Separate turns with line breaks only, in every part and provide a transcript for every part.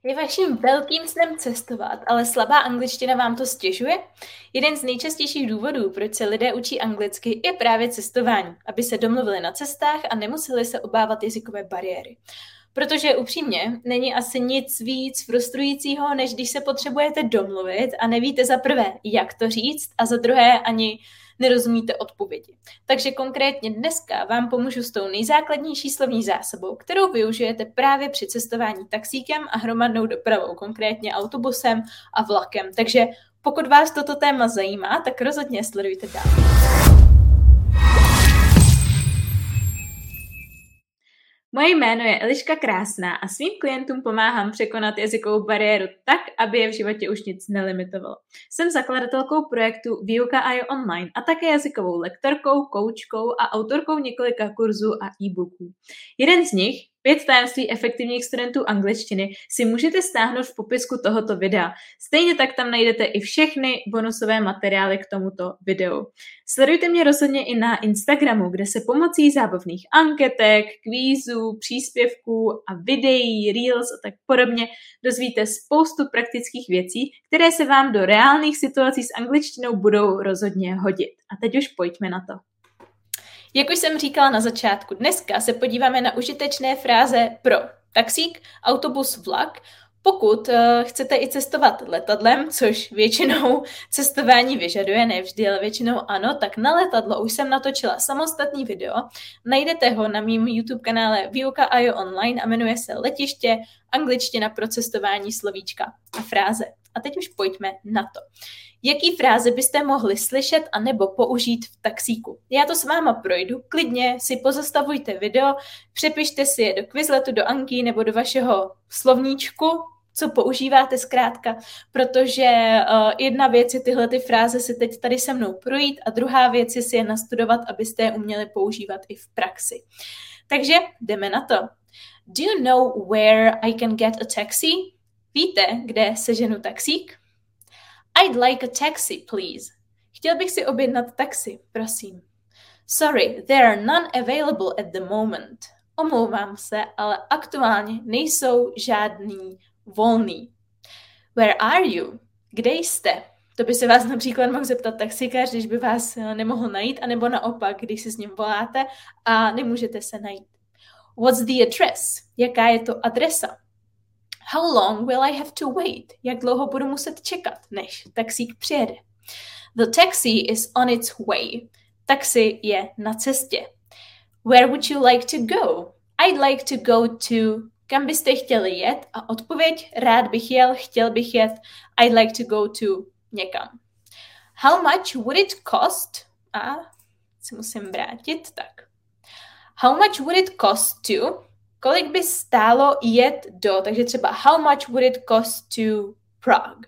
Je vaším velkým snem cestovat, ale slabá angličtina vám to stěžuje? Jeden z nejčastějších důvodů, proč se lidé učí anglicky, je právě cestování, aby se domluvili na cestách a nemuseli se obávat jazykové bariéry. Protože upřímně není asi nic víc frustrujícího, než když se potřebujete domluvit a nevíte za prvé, jak to říct, a za druhé ani nerozumíte odpovědi. Takže konkrétně dneska vám pomůžu s tou nejzákladnější slovní zásobou, kterou využijete právě při cestování taxíkem a hromadnou dopravou, konkrétně autobusem a vlakem. Takže pokud vás toto téma zajímá, tak rozhodně sledujte dál. Moje jméno je Eliška Krásná a svým klientům pomáhám překonat jazykovou bariéru tak, aby je v životě už nic nelimitovalo. Jsem zakladatelkou projektu Výuka.io online a také jazykovou lektorkou, koučkou a autorkou několika kurzů a e-booků. Jeden z nich, 5 tajemství efektivních studentů angličtiny, si můžete stáhnout v popisku tohoto videa. Stejně tak tam najdete i všechny bonusové materiály k tomuto videu. Sledujte mě rozhodně i na Instagramu, kde se pomocí zábavných anketek, kvízů, příspěvků a videí, reels a tak podobně dozvíte spoustu praktických věcí, které se vám do reálných situací s angličtinou budou rozhodně hodit. A teď už pojďme na to. Jak už jsem říkala na začátku, dneska se podíváme na užitečné fráze pro taxík, autobus, vlak. Pokud chcete i cestovat letadlem, což většinou cestování vyžaduje, ne vždy, ale většinou ano, tak na letadlo už jsem natočila samostatný video. Najdete ho na mým YouTube kanále Výuka.io online a jmenuje se Letiště, angličtina pro cestování, slovíčka a fráze. A teď už pojďme na to. Jaký fráze byste mohli slyšet a nebo použít v taxíku? Já to s váma projdu, klidně si pozastavujte video, přepište si je do Quizletu, do Anky nebo do vašeho slovníčku, co používáte zkrátka, protože jedna věc je tyhle ty fráze si teď tady se mnou projít a druhá věc je si je nastudovat, abyste je uměli používat i v praxi. Takže jdeme na to. Do you know where I can get a taxi? Víte, kde seženu taxík? I'd like a taxi, please. Chtěl bych si objednat taxi, prosím. Sorry, there are none available at the moment. Omlouvám se, ale aktuálně nejsou žádný volný. Where are you? Kde jste? To by se vás například mohl zeptat taxikář, když by vás nemohl najít, anebo naopak, když si s ním voláte a nemůžete se najít. What's the address? Jaká je to adresa? How long will I have to wait? Jak dlouho budu muset čekat, než taxík přijede? The taxi is on its way. Taxi je na cestě. Where would you like to go? I'd like to go to... Kam byste chtěli jet? A odpověď, rád bych jel, chtěl bych jet. I'd like to go to někam. How much would it cost? A se musím vrátit, tak. How much would it cost to... Kolik by stálo jet do, takže třeba how much would it cost to Prague?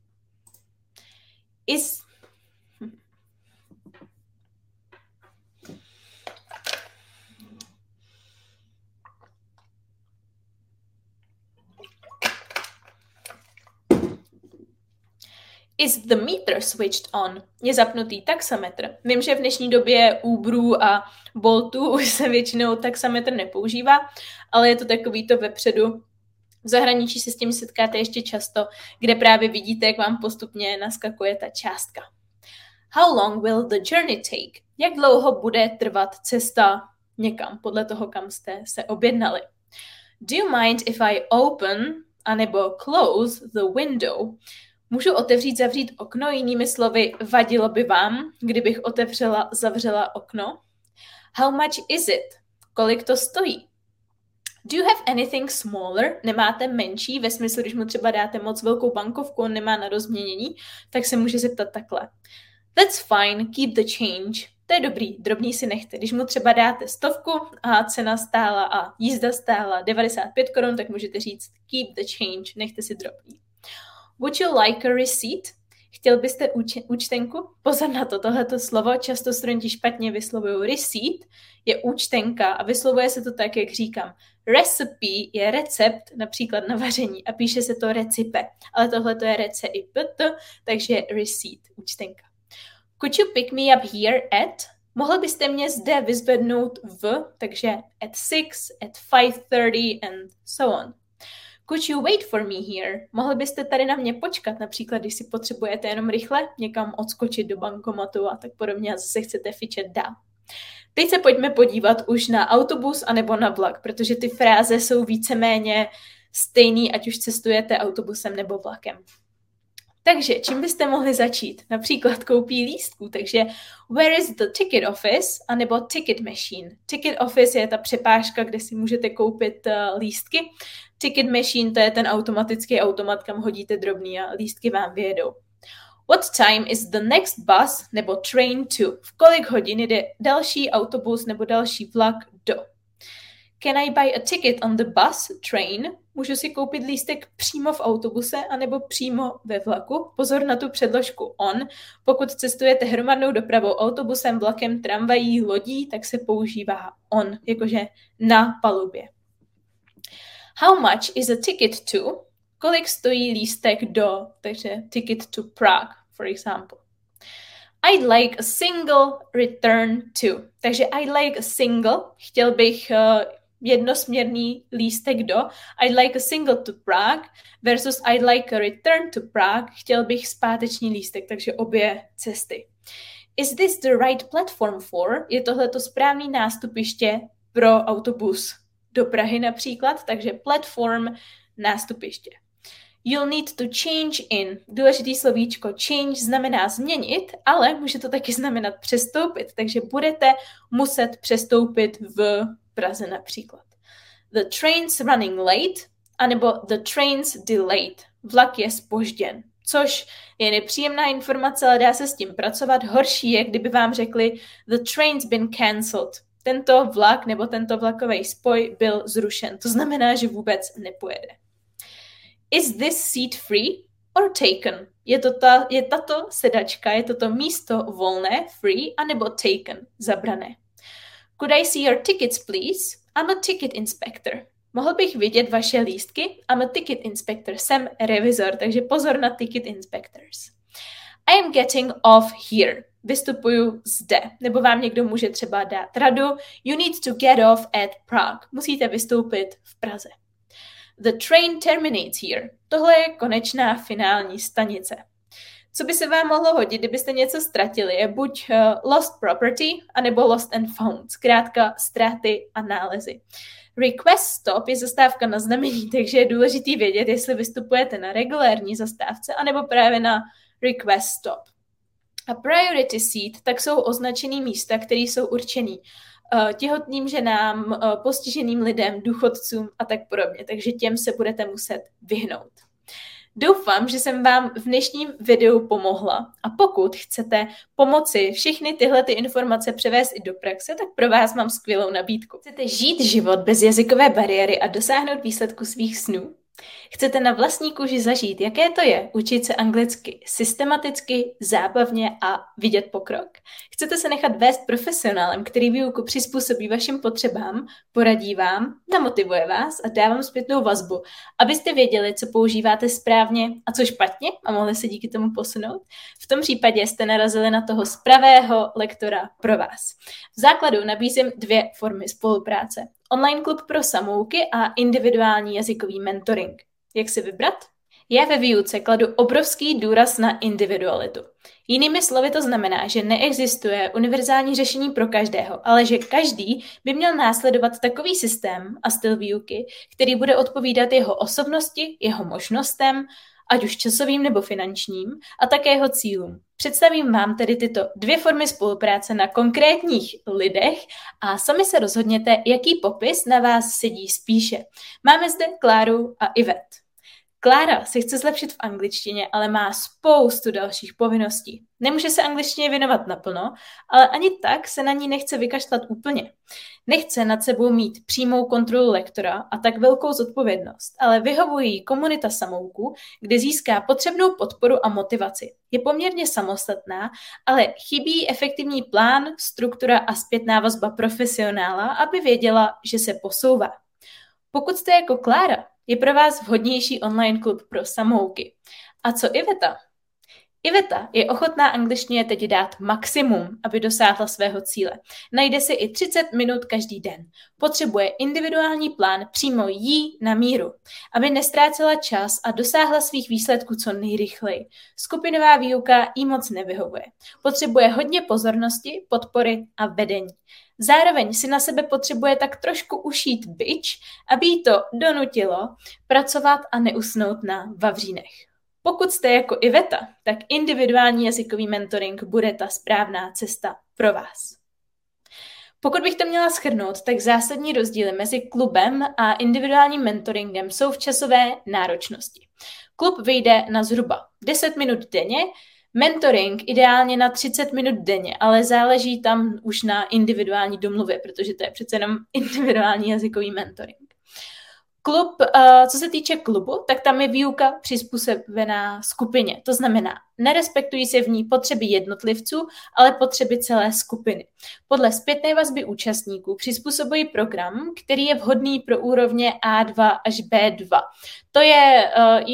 Is the meter switched on? Je zapnutý taxametr. Vím, že v dnešní době Uberu a Boltu už se většinou taxametr nepoužívá, ale je to takový to vepředu. V zahraničí se s tím setkáte ještě často, kde právě vidíte, jak vám postupně naskakuje ta částka. How long will the journey take? Jak dlouho bude trvat cesta někam, podle toho, kam jste se objednali? Do you mind if I open, anebo close the window? Můžu otevřít, zavřít okno, jinými slovy, vadilo by vám, kdybych otevřela, zavřela okno? How much is it? Kolik to stojí? Do you have anything smaller? Nemáte menší, ve smyslu, když mu třeba dáte moc velkou bankovku, on nemá na rozměnění, tak se může zeptat takhle. That's fine, keep the change. To je dobrý, drobný si nechte. Když mu třeba dáte 100 a cena stála a jízda stála 95 korun, tak můžete říct keep the change, nechte si drobný. Would you like a receipt? Chtěl byste účtenku? Pozor na to, tohleto slovo často studenti špatně vyslovují. Receipt je účtenka a vyslovuje se to tak, jak říkám. Recipe je recept, například na vaření a píše se to recipe, ale tohle to je recept, takže receipt, účtenka. Could you pick me up here at? Mohl byste mě zde vyzvednout v, takže at 6, at 5:30 and so on. Could you wait for me here? Mohli byste tady na mě počkat, například když si potřebujete jenom rychle někam odskočit do bankomatu a tak podobně a zase chcete fičet dál. Teď se pojďme podívat už na autobus anebo na vlak, protože ty fráze jsou víceméně stejný, ať už cestujete autobusem nebo vlakem. Takže čím byste mohli začít? Například koupí lístků, takže where is the ticket office anebo ticket machine. Ticket office je ta přepážka, kde si můžete koupit lístky. Ticket machine to je ten automatický automat, kam hodíte drobný a lístky vám vyjedou. What time is the next bus nebo train to? V kolik hodin jde další autobus nebo další vlak do? Can I buy a ticket on the bus, train? Můžu si koupit lístek přímo v autobuse anebo přímo ve vlaku? Pozor na tu předložku on. Pokud cestujete hromadnou dopravou autobusem, vlakem, tramvají, lodí, tak se používá on, jakože na palubě. How much is a ticket to? Kolik stojí lístek do? Takže ticket to Prague, for example. I'd like a single return to. Takže I'd like a single, chtěl bych jednosměrný lístek do. I'd like a single to Prague versus I'd like a return to Prague, chtěl bych zpáteční lístek, takže obě cesty. Is this the right platform for? Je tohleto správný nástupiště pro autobus do Prahy například, takže platform, nástupiště. You'll need to change in. Důležitý slovíčko change znamená změnit, ale může to taky znamenat přestoupit, takže budete muset přestoupit v Praze například. The train's running late, anebo the train's delayed. Vlak je zpožděn, což je nepříjemná informace, ale dá se s tím pracovat. Horší je, kdyby vám řekli the train's been cancelled. Tento vlak nebo tento vlakový spoj byl zrušen. To znamená, že vůbec nepojede. Is this seat free or taken? Je tato sedačka, je toto místo volné, free, anebo taken, zabrané. Could I see your tickets, please? I'm a ticket inspector. Mohl bych vidět vaše lístky? I'm a ticket inspector. Jsem revizor, takže pozor na ticket inspectors. I am getting off here. Vystupuju zde. Nebo vám někdo může třeba dát radu. You need to get off at Prague. Musíte vystoupit v Praze. The train terminates here. Tohle je konečná finální stanice. Co by se vám mohlo hodit, kdybyste něco ztratili, je buď lost property, anebo lost and found. Zkrátka ztráty a nálezy. Request stop je zastávka na znamení, takže je důležitý vědět, jestli vystupujete na regulární zastávce, anebo právě na request stop. A priority seat, tak jsou označený místa, které jsou určený těhotným ženám, postiženým lidem, důchodcům a tak podobně. Takže těm se budete muset vyhnout. Doufám, že jsem vám v dnešním videu pomohla a pokud chcete pomoci všechny tyhle informace převést i do praxe, tak pro vás mám skvělou nabídku. Chcete žít život bez jazykové bariéry a dosáhnout výsledku svých snů? Chcete na vlastní kůži zažít, jaké to je učit se anglicky systematicky, zábavně a vidět pokrok? Chcete se nechat vést profesionálem, který výuku přizpůsobí vašim potřebám, poradí vám, namotivuje vás a dá vám zpětnou vazbu, abyste věděli, co používáte správně a co špatně a mohli se díky tomu posunout? V tom případě jste narazili na toho pravého lektora pro vás. V základu nabízím 2 formy spolupráce. Online klub pro samouky a individuální jazykový mentoring. Jak si vybrat? Já ve výuce kladu obrovský důraz na individualitu. Jinými slovy to znamená, že neexistuje univerzální řešení pro každého, ale že každý by měl následovat takový systém a styl výuky, který bude odpovídat jeho osobnosti, jeho možnostem, ať už časovým nebo finančním, a také jeho cílům. Představím vám tedy tyto 2 formy spolupráce na konkrétních lidech a sami se rozhodněte, jaký popis na vás sedí spíše. Máme zde Kláru a Ivet. Klára se chce zlepšit v angličtině, ale má spoustu dalších povinností. Nemůže se angličtině věnovat naplno, ale ani tak se na ní nechce vykašlat úplně. Nechce nad sebou mít přímou kontrolu lektora a tak velkou zodpovědnost, ale vyhovuje jí komunita samouků, kde získá potřebnou podporu a motivaci. Je poměrně samostatná, ale chybí efektivní plán, struktura a zpětná vazba profesionála, aby věděla, že se posouvá. Pokud jste jako Klára, je pro vás vhodnější online klub pro samouky. A co Iveta? Iveta je ochotná angličtině teď dát maximum, aby dosáhla svého cíle. Najde si i 30 minut každý den. Potřebuje individuální plán přímo jí na míru, aby nestrácela čas a dosáhla svých výsledků co nejrychleji. Skupinová výuka jí moc nevyhovuje. Potřebuje hodně pozornosti, podpory a vedení. Zároveň si na sebe potřebuje tak trošku ušít bič, aby jí to donutilo pracovat a neusnout na vavřínech. Pokud jste jako Iveta, tak individuální jazykový mentoring bude ta správná cesta pro vás. Pokud bych to měla shrnout, tak zásadní rozdíly mezi klubem a individuálním mentoringem jsou v časové náročnosti. Klub vyjde na zhruba 10 minut denně, mentoring ideálně na 30 minut denně, ale záleží tam už na individuální domluvě, protože to je přece jenom individuální jazykový mentoring. Klub, co se týče klubu, tak tam je výuka přizpůsobená skupině. To znamená, nerespektují se v ní potřeby jednotlivců, ale potřeby celé skupiny. Podle zpětné vazby účastníků přizpůsobují program, který je vhodný pro úrovně A2 až B2. To je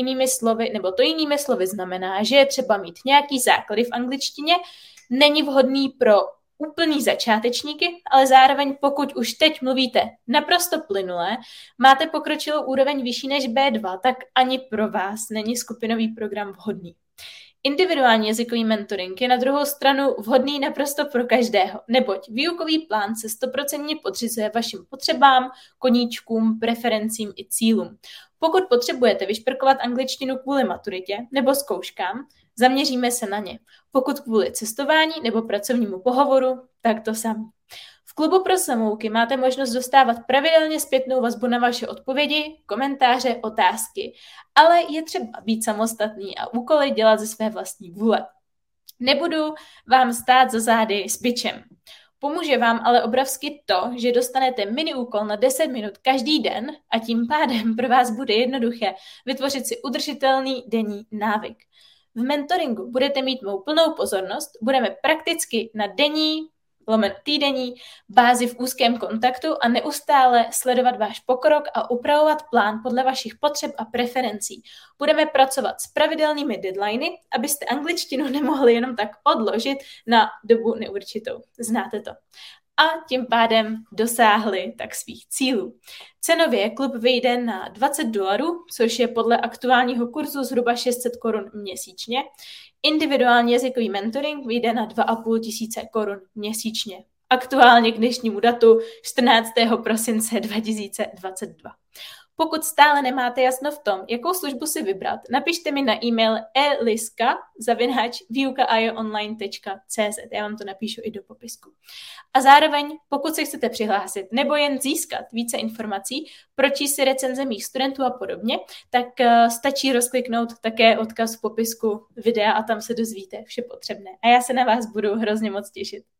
jinými slovy znamená, že je třeba mít nějaký základy v angličtině, není vhodný pro úplný začátečníky, ale zároveň pokud už teď mluvíte naprosto plynule, máte pokročilou úroveň vyšší než B2, tak ani pro vás není skupinový program vhodný. Individuální jazykový mentoring je na druhou stranu vhodný naprosto pro každého, neboť výukový plán se 100% podřizuje vašim potřebám, koníčkům, preferencím i cílům. Pokud potřebujete vyšperkovat angličtinu kvůli maturitě nebo zkouškám, zaměříme se na ně. Pokud kvůli cestování nebo pracovnímu pohovoru, tak to samé. V klubu pro samouky máte možnost dostávat pravidelně zpětnou vazbu na vaše odpovědi, komentáře, otázky, ale je třeba být samostatný a úkoly dělat ze své vlastní vůle. Nebudu vám stát za zády s bičem. Pomůže vám ale obrovsky to, že dostanete mini úkol na 10 minut každý den a tím pádem pro vás bude jednoduché vytvořit si udržitelný denní návyk. V mentoringu budete mít mou plnou pozornost, budeme prakticky na týdenní bázi v úzkém kontaktu a neustále sledovat váš pokrok a upravovat plán podle vašich potřeb a preferencí. Budeme pracovat s pravidelnými deadliny, abyste angličtinu nemohli jenom tak odložit na dobu neurčitou. Znáte to. A tím pádem dosáhli tak svých cílů. Cenově klub vyjde na $20, což je podle aktuálního kurzu zhruba 600 korun měsíčně. Individuální jazykový mentoring vyjde na 2500 korun měsíčně. Aktuálně k dnešnímu datu 14. prosince 2022. Pokud stále nemáte jasno v tom, jakou službu si vybrat, napište mi na e-mail eliska@viukaionline.cz. Já vám to napíšu i do popisku. A zároveň, pokud se chcete přihlásit nebo jen získat více informací, pročíst si recenze mých studentů a podobně, tak stačí rozkliknout také odkaz v popisku videa a tam se dozvíte vše potřebné. A já se na vás budu hrozně moc těšit.